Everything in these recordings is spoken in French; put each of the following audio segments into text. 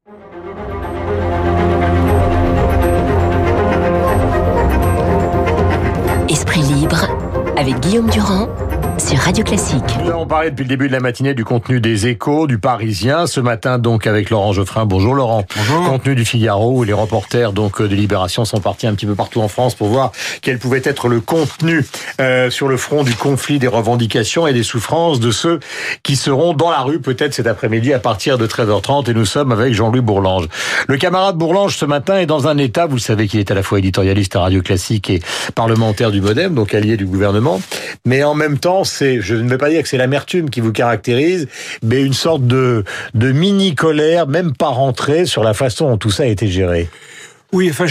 Esprit libre avec Guillaume Durand sur Radio Classique. Nous avons parlé depuis le début de la matinée du contenu des Échos, du Parisien. Ce matin, donc, avec Laurent Geoffrin. Bonjour, Laurent. Bonjour. Contenu du Figaro, où les reporters, donc, de Libération sont partis un petit peu partout en France pour voir quel pouvait être le contenu, sur le front du conflit, des revendications et des souffrances de ceux qui seront dans la rue, peut-être cet après-midi, à partir de 13h30. Et nous sommes avec Jean-Louis Bourlange. Le camarade Bourlange, ce matin, est dans un état, vous le savez qu'il est à la fois éditorialiste à Radio Classique et parlementaire du MoDem, donc allié du gouvernement. Mais en même temps, je ne vais pas dire que c'est l'amertume qui vous caractérise, mais une sorte de mini-colère, même pas rentrée, sur la façon dont tout ça a été géré. Oui, enfin,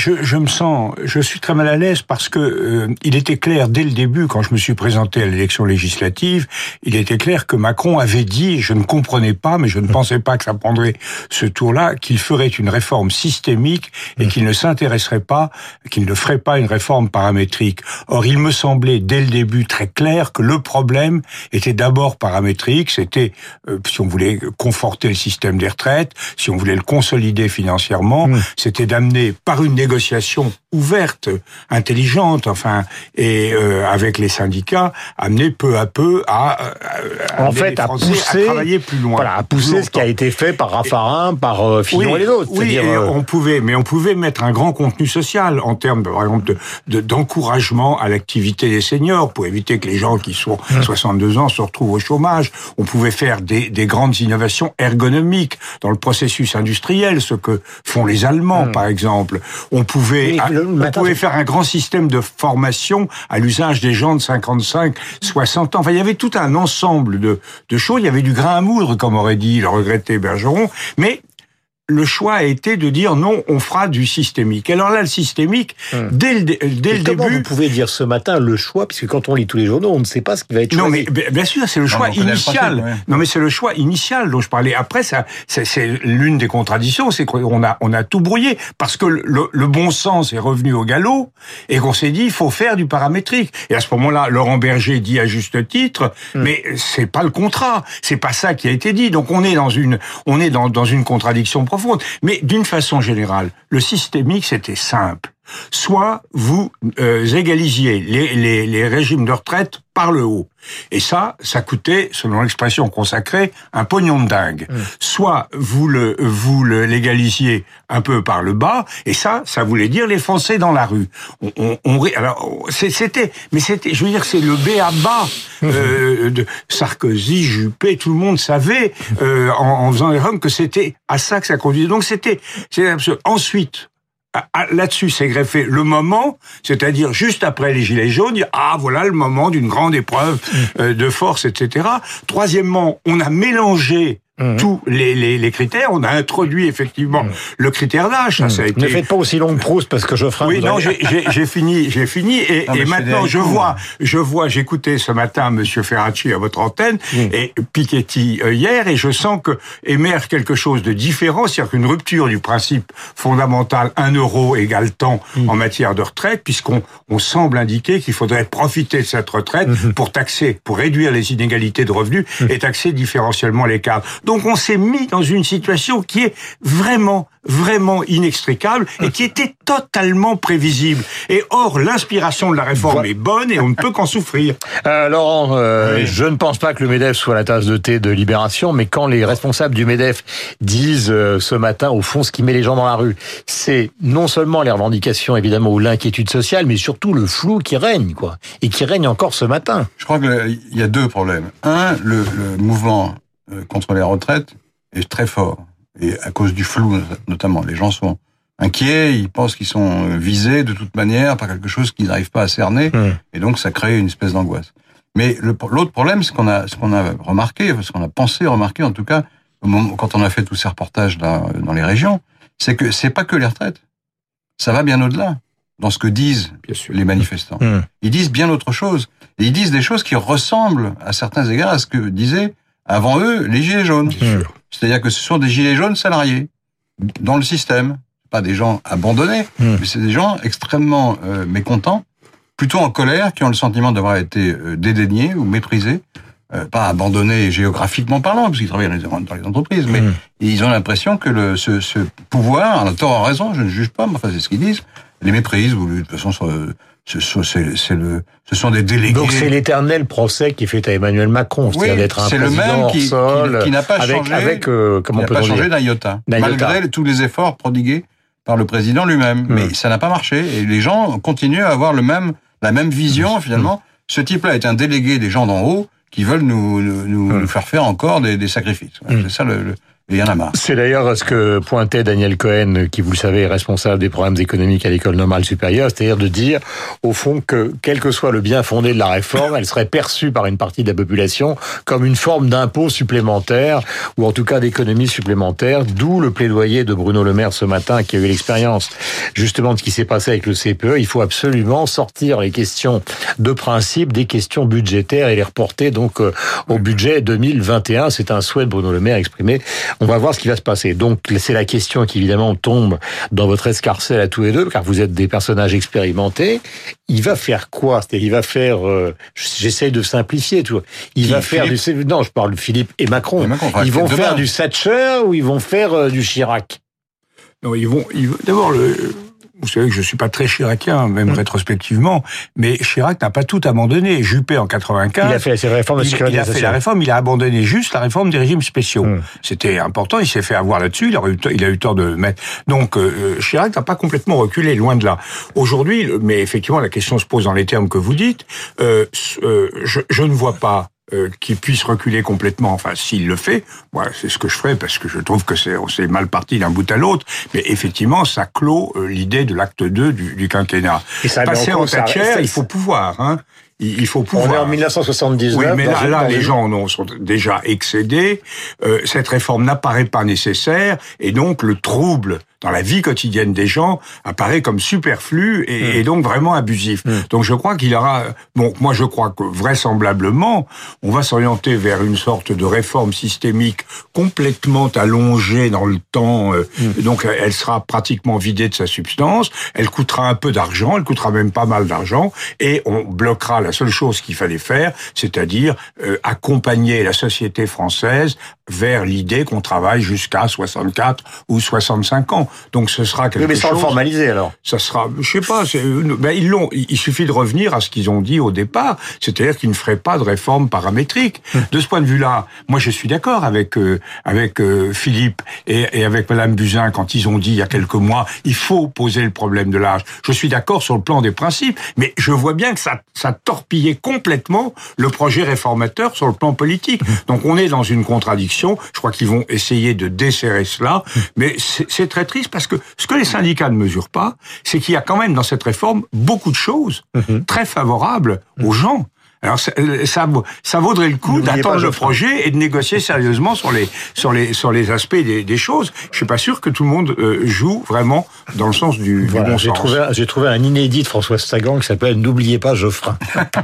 je suis très mal à l'aise parce que il était clair dès le début, quand je me suis présenté à l'élection législative, il était clair que Macron avait dit, je ne comprenais pas, mais je ne pensais pas que ça prendrait ce tour-là, qu'il ferait une réforme systémique et qu'il ne s'intéresserait pas, qu'il ne ferait pas une réforme paramétrique. Or, il me semblait dès le début très clair que le problème était d'abord paramétrique, c'était, si on voulait conforter le système des retraites, si on voulait le consolider financièrement, c'était d'amener par une négociation ouverte, intelligente, enfin, et avec les syndicats, amener peu à peu à pousser, à travailler plus loin. Voilà, à pousser ce qui a été fait par Raffarin, par Fillon et les autres. Oui, on pouvait mettre un grand contenu social en termes, par exemple, d'encouragement à l'activité des seniors pour éviter que les gens qui sont 62 ans se retrouvent au chômage. On pouvait faire des grandes innovations ergonomiques dans le processus industriel, ce que font les Allemands, par exemple. On pouvait faire un grand système de formation à l'usage des gens de 55, 60 ans. Enfin, il y avait tout un ensemble de choses. Il y avait du grain à moudre, comme aurait dit le regretté Bergeron. Mais le choix a été de dire non, on fera du systémique. Alors là, le systémique, dès le début... Comment vous pouvez dire ce matin le choix, puisque quand on lit tous les journaux, on ne sait pas ce qui va être choisi. Non, mais bien sûr, c'est le choix initial. Non, mais c'est le choix initial dont je parlais. Après, ça, c'est l'une des contradictions, c'est qu'on a tout brouillé, parce que le bon sens est revenu au galop, et qu'on s'est dit, il faut faire du paramétrique. Et à ce moment-là, Laurent Berger dit à juste titre, mais c'est pas le contrat, c'est pas ça qui a été dit. Donc on est dans une contradiction profonde. Mais d'une façon générale, le systémique, c'était simple. Soit vous égalisiez les régimes de retraite par le haut. Et ça coûtait, selon l'expression consacrée, un pognon de dingue. Soit vous l'égalisiez un peu par le bas, et ça voulait dire les Français dans la rue. Alors, je veux dire, c'est le b.a.-ba de Sarkozy, Juppé, tout le monde savait, en faisant les roms, que c'était à ça que ça conduisait. Donc c'était absurde. Ensuite, là-dessus, c'est greffé le moment, c'est-à-dire juste après les Gilets jaunes, dire, voilà le moment d'une grande épreuve de force, etc. Troisièmement, on a mélangé tous les critères. On a introduit effectivement le critère d'âge. Ça a été... Ne faites pas aussi long que Proust, parce que Geoffrin... Oui, non, j'ai fini. Et maintenant, j'écoutais ce matin Monsieur Ferracci à votre antenne, et Piketty hier, et je sens que émerge quelque chose de différent, c'est-à-dire qu'une rupture du principe fondamental 1 euro égale temps en matière de retraite, puisqu'on semble indiquer qu'il faudrait profiter de cette retraite pour réduire les inégalités de revenus et taxer différentiellement les cadres. Donc on s'est mis dans une situation qui est vraiment inextricable et qui était totalement prévisible. Et or, l'inspiration de la réforme est bonne et on ne peut qu'en souffrir. Laurent, je ne pense pas que le MEDEF soit la tasse de thé de Libération, mais quand les responsables du MEDEF disent ce matin, au fond, ce qui met les gens dans la rue, c'est non seulement les revendications, évidemment, ou l'inquiétude sociale, mais surtout le flou qui règne, quoi. Et qui règne encore ce matin. Je crois qu'il y a deux problèmes. Un, le mouvement contre les retraites est très fort. Et à cause du flou, notamment. Les gens sont inquiets, ils pensent qu'ils sont visés de toute manière par quelque chose qu'ils n'arrivent pas à cerner. Et donc, ça crée une espèce d'angoisse. Mais l'autre problème, ce qu'on a remarqué, ce qu'on a pensé remarquer, en tout cas, quand on a fait tous ces reportages là, dans les régions, c'est que c'est pas que les retraites. Ça va bien au-delà. Dans ce que disent les manifestants. Ils disent bien autre chose. Et ils disent des choses qui ressemblent, à certains égards, à ce que disaient avant eux les gilets jaunes. C'est-à-dire que ce sont des gilets jaunes salariés dans le système. Pas des gens abandonnés, mais c'est des gens extrêmement mécontents, plutôt en colère, qui ont le sentiment d'avoir été dédaignés ou méprisés pas abandonnés géographiquement parlant, parce qu'ils travaillent dans les entreprises, mais ils ont l'impression que ce pouvoir, à tort ou à raison, je ne juge pas, mais enfin c'est ce qu'ils disent, les méprisent, ou de toute façon ce sont des délégués. Donc c'est l'éternel procès qui est fait à Emmanuel Macron, c'est-à-dire d'être un président hors sol, qui n'a pas changé, comment peut-on dire, d'un iota, malgré tous les efforts prodigués par le président lui-même. Mais ça n'a pas marché, et les gens continuent à avoir la même vision, finalement. Ce type-là est un délégué des gens d'en haut qui veulent nous faire encore des sacrifices. C'est ça il y en a marre. C'est d'ailleurs ce que pointait Daniel Cohen, qui, vous le savez, est responsable des programmes économiques à l'École normale supérieure, c'est-à-dire de dire, au fond, que quel que soit le bien fondé de la réforme, elle serait perçue par une partie de la population comme une forme d'impôt supplémentaire, ou en tout cas d'économie supplémentaire, d'où le plaidoyer de Bruno Le Maire ce matin, qui a eu l'expérience justement de ce qui s'est passé avec le CPE. Il faut absolument sortir les questions de principe des questions budgétaires et les reporter donc au budget 2021. C'est un souhait de Bruno Le Maire exprimé. On va voir ce qui va se passer. Donc, c'est la question qui, évidemment, tombe dans votre escarcelle à tous les deux, car vous êtes des personnages expérimentés. Il va faire quoi? C'est-à-dire, il va faire... j'essaye de simplifier, tout. Il va faire du... Non, je parle de Philippe et Macron. Ils vont faire du Thatcher ou ils vont faire du Chirac? Non, ils vont d'abord, vous savez que je suis pas très chiracien, même rétrospectivement, mais Chirac n'a pas tout abandonné. Juppé, en 95... Il a fait la réforme de sécurité sociale. Il a fait la réforme, il a abandonné juste la réforme des régimes spéciaux. C'était important, il s'est fait avoir là-dessus, il a eu tort de mettre... Donc, Chirac n'a pas complètement reculé, loin de là. Aujourd'hui, mais effectivement, la question se pose dans les termes que vous dites, je ne vois pas qui puisse reculer complètement. Enfin, s'il le fait, moi, c'est ce que je ferais, parce que je trouve que c'est mal parti d'un bout à l'autre. Mais effectivement, ça clôt l'idée de l'acte 2 du quinquennat. Et ça, passer en Thatcher, il faut pouvoir, hein. Il faut pouvoir. On est en 1979. Oui, mais là, les gens sont déjà excédés. Cette réforme n'apparaît pas nécessaire, et donc le trouble dans la vie quotidienne des gens apparaît comme superflu et donc vraiment abusif. Donc je crois qu'il aura... Bon, moi je crois que vraisemblablement, on va s'orienter vers une sorte de réforme systémique complètement allongée dans le temps. Donc elle sera pratiquement vidée de sa substance. Elle coûtera un peu d'argent, elle coûtera même pas mal d'argent, et on bloquera la seule chose qu'il fallait faire, c'est-à-dire accompagner la société française vers l'idée qu'on travaille jusqu'à 64 ou 65 ans. Donc ce sera quelque chose... Mais sans le formaliser alors. Ça sera, je sais pas, il suffit de revenir à ce qu'ils ont dit au départ, c'est-à-dire qu'ils ne feraient pas de réforme paramétrique. De ce point de vue-là, moi je suis d'accord avec Philippe et avec Madame Buzyn quand ils ont dit il y a quelques mois, il faut poser le problème de l'âge. Je suis d'accord sur le plan des principes, mais je vois bien que ça torpillait complètement le projet réformateur sur le plan politique. Donc on est dans une contradiction. Je crois qu'ils vont essayer de desserrer cela, mais c'est très triste parce que ce que les syndicats ne mesurent pas, c'est qu'il y a quand même dans cette réforme beaucoup de choses très favorables aux gens. Alors ça vaudrait le coup d'attendre le projet et de négocier sérieusement sur les aspects des choses. Je suis pas sûr que tout le monde joue vraiment dans le sens du bon sens. J'ai trouvé un inédit de François Sagan qui s'appelle N'oubliez pas Geoffrin.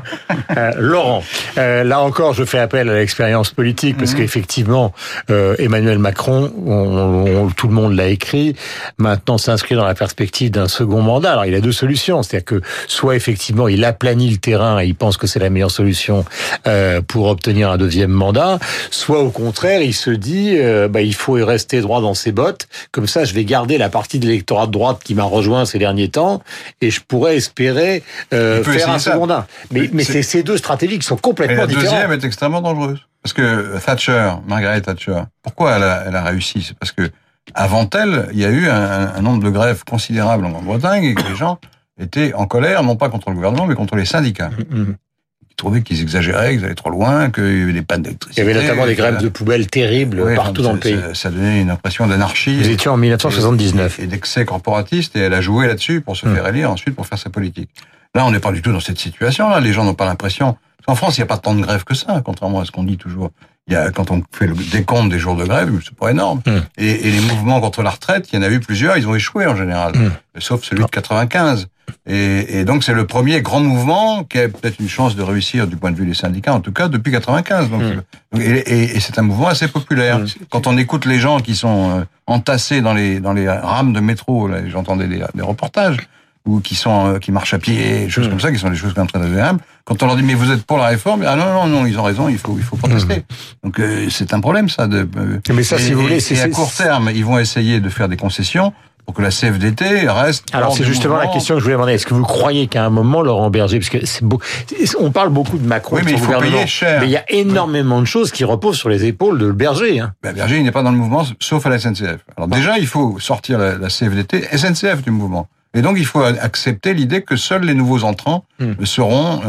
Laurent, là encore, je fais appel à l'expérience politique parce qu'effectivement, Emmanuel Macron, tout le monde l'a écrit, maintenant s'inscrit dans la perspective d'un second mandat. Alors il a deux solutions, c'est-à-dire que soit effectivement il aplanit le terrain et il pense que c'est la meilleure solution pour obtenir un deuxième mandat, soit au contraire il se dit il faut rester droit dans ses bottes, comme ça je vais garder la partie de l'électorat de droite qui m'a rejoint ces derniers temps et je pourrais espérer faire un second mandat. Mais c'est ces deux stratégies qui sont complètement différentes. La deuxième est extrêmement dangereuse. Parce que Margaret Thatcher, pourquoi elle a réussi? C'est parce que avant elle, il y a eu un nombre de grèves considérable en Grande-Bretagne et que les gens étaient en colère, non pas contre le gouvernement, mais contre les syndicats. Ils trouvaient qu'ils exagéraient, qu'ils allaient trop loin, qu'il y avait des pannes d'électricité. Il y avait notamment des grèves de poubelles terribles partout dans le pays. Ça donnait une impression d'anarchie. Vous étiez en 1979. Et d'excès corporatiste, et elle a joué là-dessus pour se faire élire ensuite pour faire sa politique. Là, on n'est pas du tout dans cette situation-là. Les gens n'ont pas l'impression... En France, il n'y a pas tant de grèves que ça, contrairement à ce qu'on dit toujours. Quand on fait le décompte des jours de grève, c'est pas énorme. Et les mouvements contre la retraite, il y en a eu plusieurs, ils ont échoué en général. Sauf celui de 95. Et donc, c'est le premier grand mouvement qui a peut-être une chance de réussir du point de vue des syndicats, en tout cas, depuis 95. Donc, et c'est un mouvement assez populaire. Quand on écoute les gens qui sont entassés dans les rames de métro, là, j'entendais des reportages, ou qui marchent à pied, des choses comme ça, qui sont des choses très agréables. Quand on leur dit mais vous êtes pour la réforme, ah non, ils ont raison, il faut protester. Donc c'est un problème ça. Mais ça, si vous voulez, c'est à court terme, ils vont essayer de faire des concessions pour que la CFDT reste. Alors c'est justement la question que je voulais demander. Est-ce que vous croyez qu'à un moment, Laurent Berger, parce que on parle beaucoup de Macron, oui, mais il faut payer cher. Mais il y a énormément de choses qui reposent sur les épaules de Berger. Hein. Berger, il n'est pas dans le mouvement, sauf à la SNCF. Alors déjà, il faut sortir la CFDT, SNCF du mouvement. Et donc, il faut accepter l'idée que seuls les nouveaux entrants seront...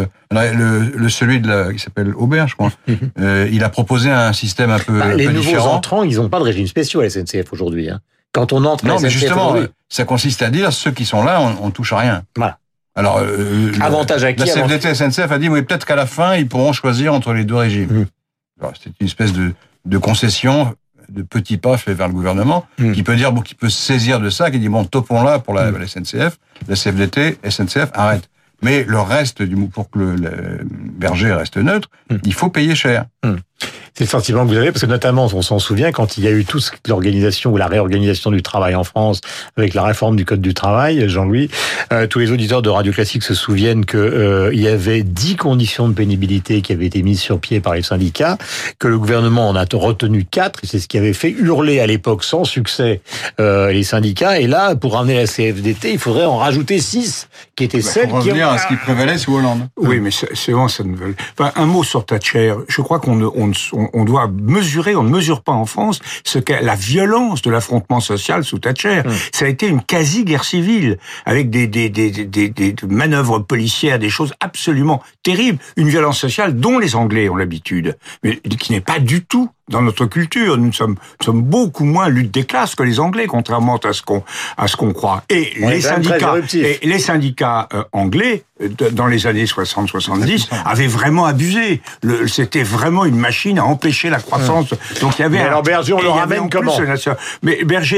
celui qui s'appelle Aubert, je crois, il a proposé un système un peu, les nouveaux différent. Entrants, ils n'ont pas de régime spéciaux à la SNCF aujourd'hui. Hein. Quand on entre non, mais justement, ça consiste à dire ceux qui sont là, on touche à rien. Voilà. Alors, avantage à qui? La CFDT SNCF a dit, oui, peut-être qu'à la fin, ils pourront choisir entre les deux régimes. C'est une espèce de concession, de petits pas fait vers le gouvernement, qui peut se saisir de ça, qui dit, bon, topons là pour la SNCF, la CFDT, SNCF, arrête. Mais le reste, pour que le Berger reste neutre, il faut payer cher. C'est le sentiment que vous avez, parce que notamment, on s'en souvient, quand il y a eu toute l'organisation ou la réorganisation du travail en France, avec la réforme du Code du travail, Jean-Louis, tous les auditeurs de Radio Classique se souviennent que il y avait 10 conditions de pénibilité qui avaient été mises sur pied par les syndicats, que le gouvernement en a retenu 4, et c'est ce qui avait fait hurler à l'époque sans succès les syndicats, et là, pour ramener la CFDT, il faudrait en rajouter 6, qui étaient celles qui... revenir à ce qui prévalait sous Hollande. Oui, mais c'est vraiment ça ne veut... Enfin, un mot sur Thatcher. Je crois qu'on doit mesurer, on ne mesure pas en France ce qu'est la violence de l'affrontement social sous Thatcher. Ça a été une quasi-guerre civile, avec des manœuvres policières, des choses absolument terribles. Une violence sociale dont les Anglais ont l'habitude, mais qui n'est pas du tout dans notre culture. Nous sommes beaucoup moins lutte des classes que les Anglais, contrairement à ce qu'on croit. Et les syndicats anglais, dans les années 60-70, avaient vraiment abusé. C'était vraiment une machine à empêcher la croissance. Donc il y avait. Mais alors Berger, on le ramène comment? Mais Berger,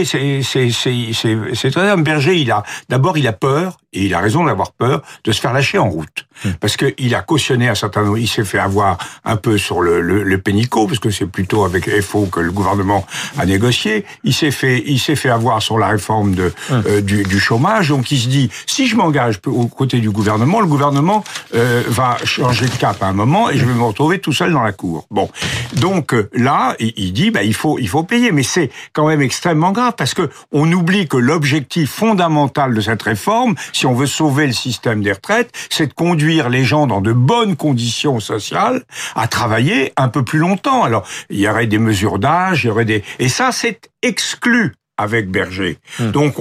c'est très bien. Berger, il a peur, et il a raison d'avoir peur, de se faire lâcher en route. Parce que il a cautionné un certain nombre, il s'est fait avoir un peu sur le pénico, parce que c'est plutôt avec FO que le gouvernement a négocié. Il s'est fait avoir sur la réforme du chômage. Donc il se dit, si je m'engage aux côtés du gouvernement, le gouvernement va changer de cap à un moment et je vais me retrouver tout seul dans la cour. Bon, donc là, il dit, il faut payer, mais c'est quand même extrêmement grave parce que on oublie que l'objectif fondamental de cette réforme, si on veut sauver le système des retraites, c'est de conduire les gens dans de bonnes conditions sociales à travailler un peu plus longtemps. Alors, il y aurait des mesures d'âge, et ça, c'est exclu avec Berger. Donc,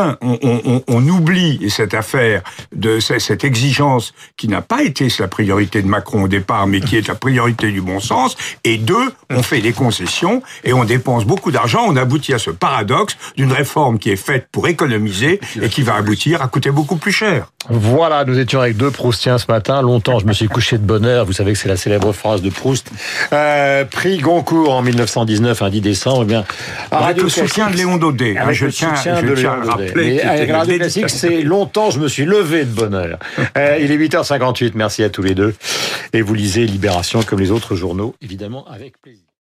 on oublie cette affaire de cette exigence qui n'a pas été la priorité de Macron au départ, mais qui est la priorité du bon sens. Et deux, on fait des concessions et on dépense beaucoup d'argent. On aboutit à ce paradoxe d'une réforme qui est faite pour économiser et qui va aboutir à coûter beaucoup plus cher. Voilà, nous étions avec deux Proustiens ce matin. Longtemps, je me suis couché de bonne heure. Vous savez que c'est la célèbre phrase de Proust. Prix Goncourt en 1919, un 10 décembre. Eh bien, avec le soutien de Léon Daudet. Je tiens à le rappeler. Avec Radio Classique, c'est longtemps, je me suis levé de bonne heure. Il est 8h58. Merci à tous les deux. Et vous lisez Libération comme les autres journaux, évidemment, avec plaisir.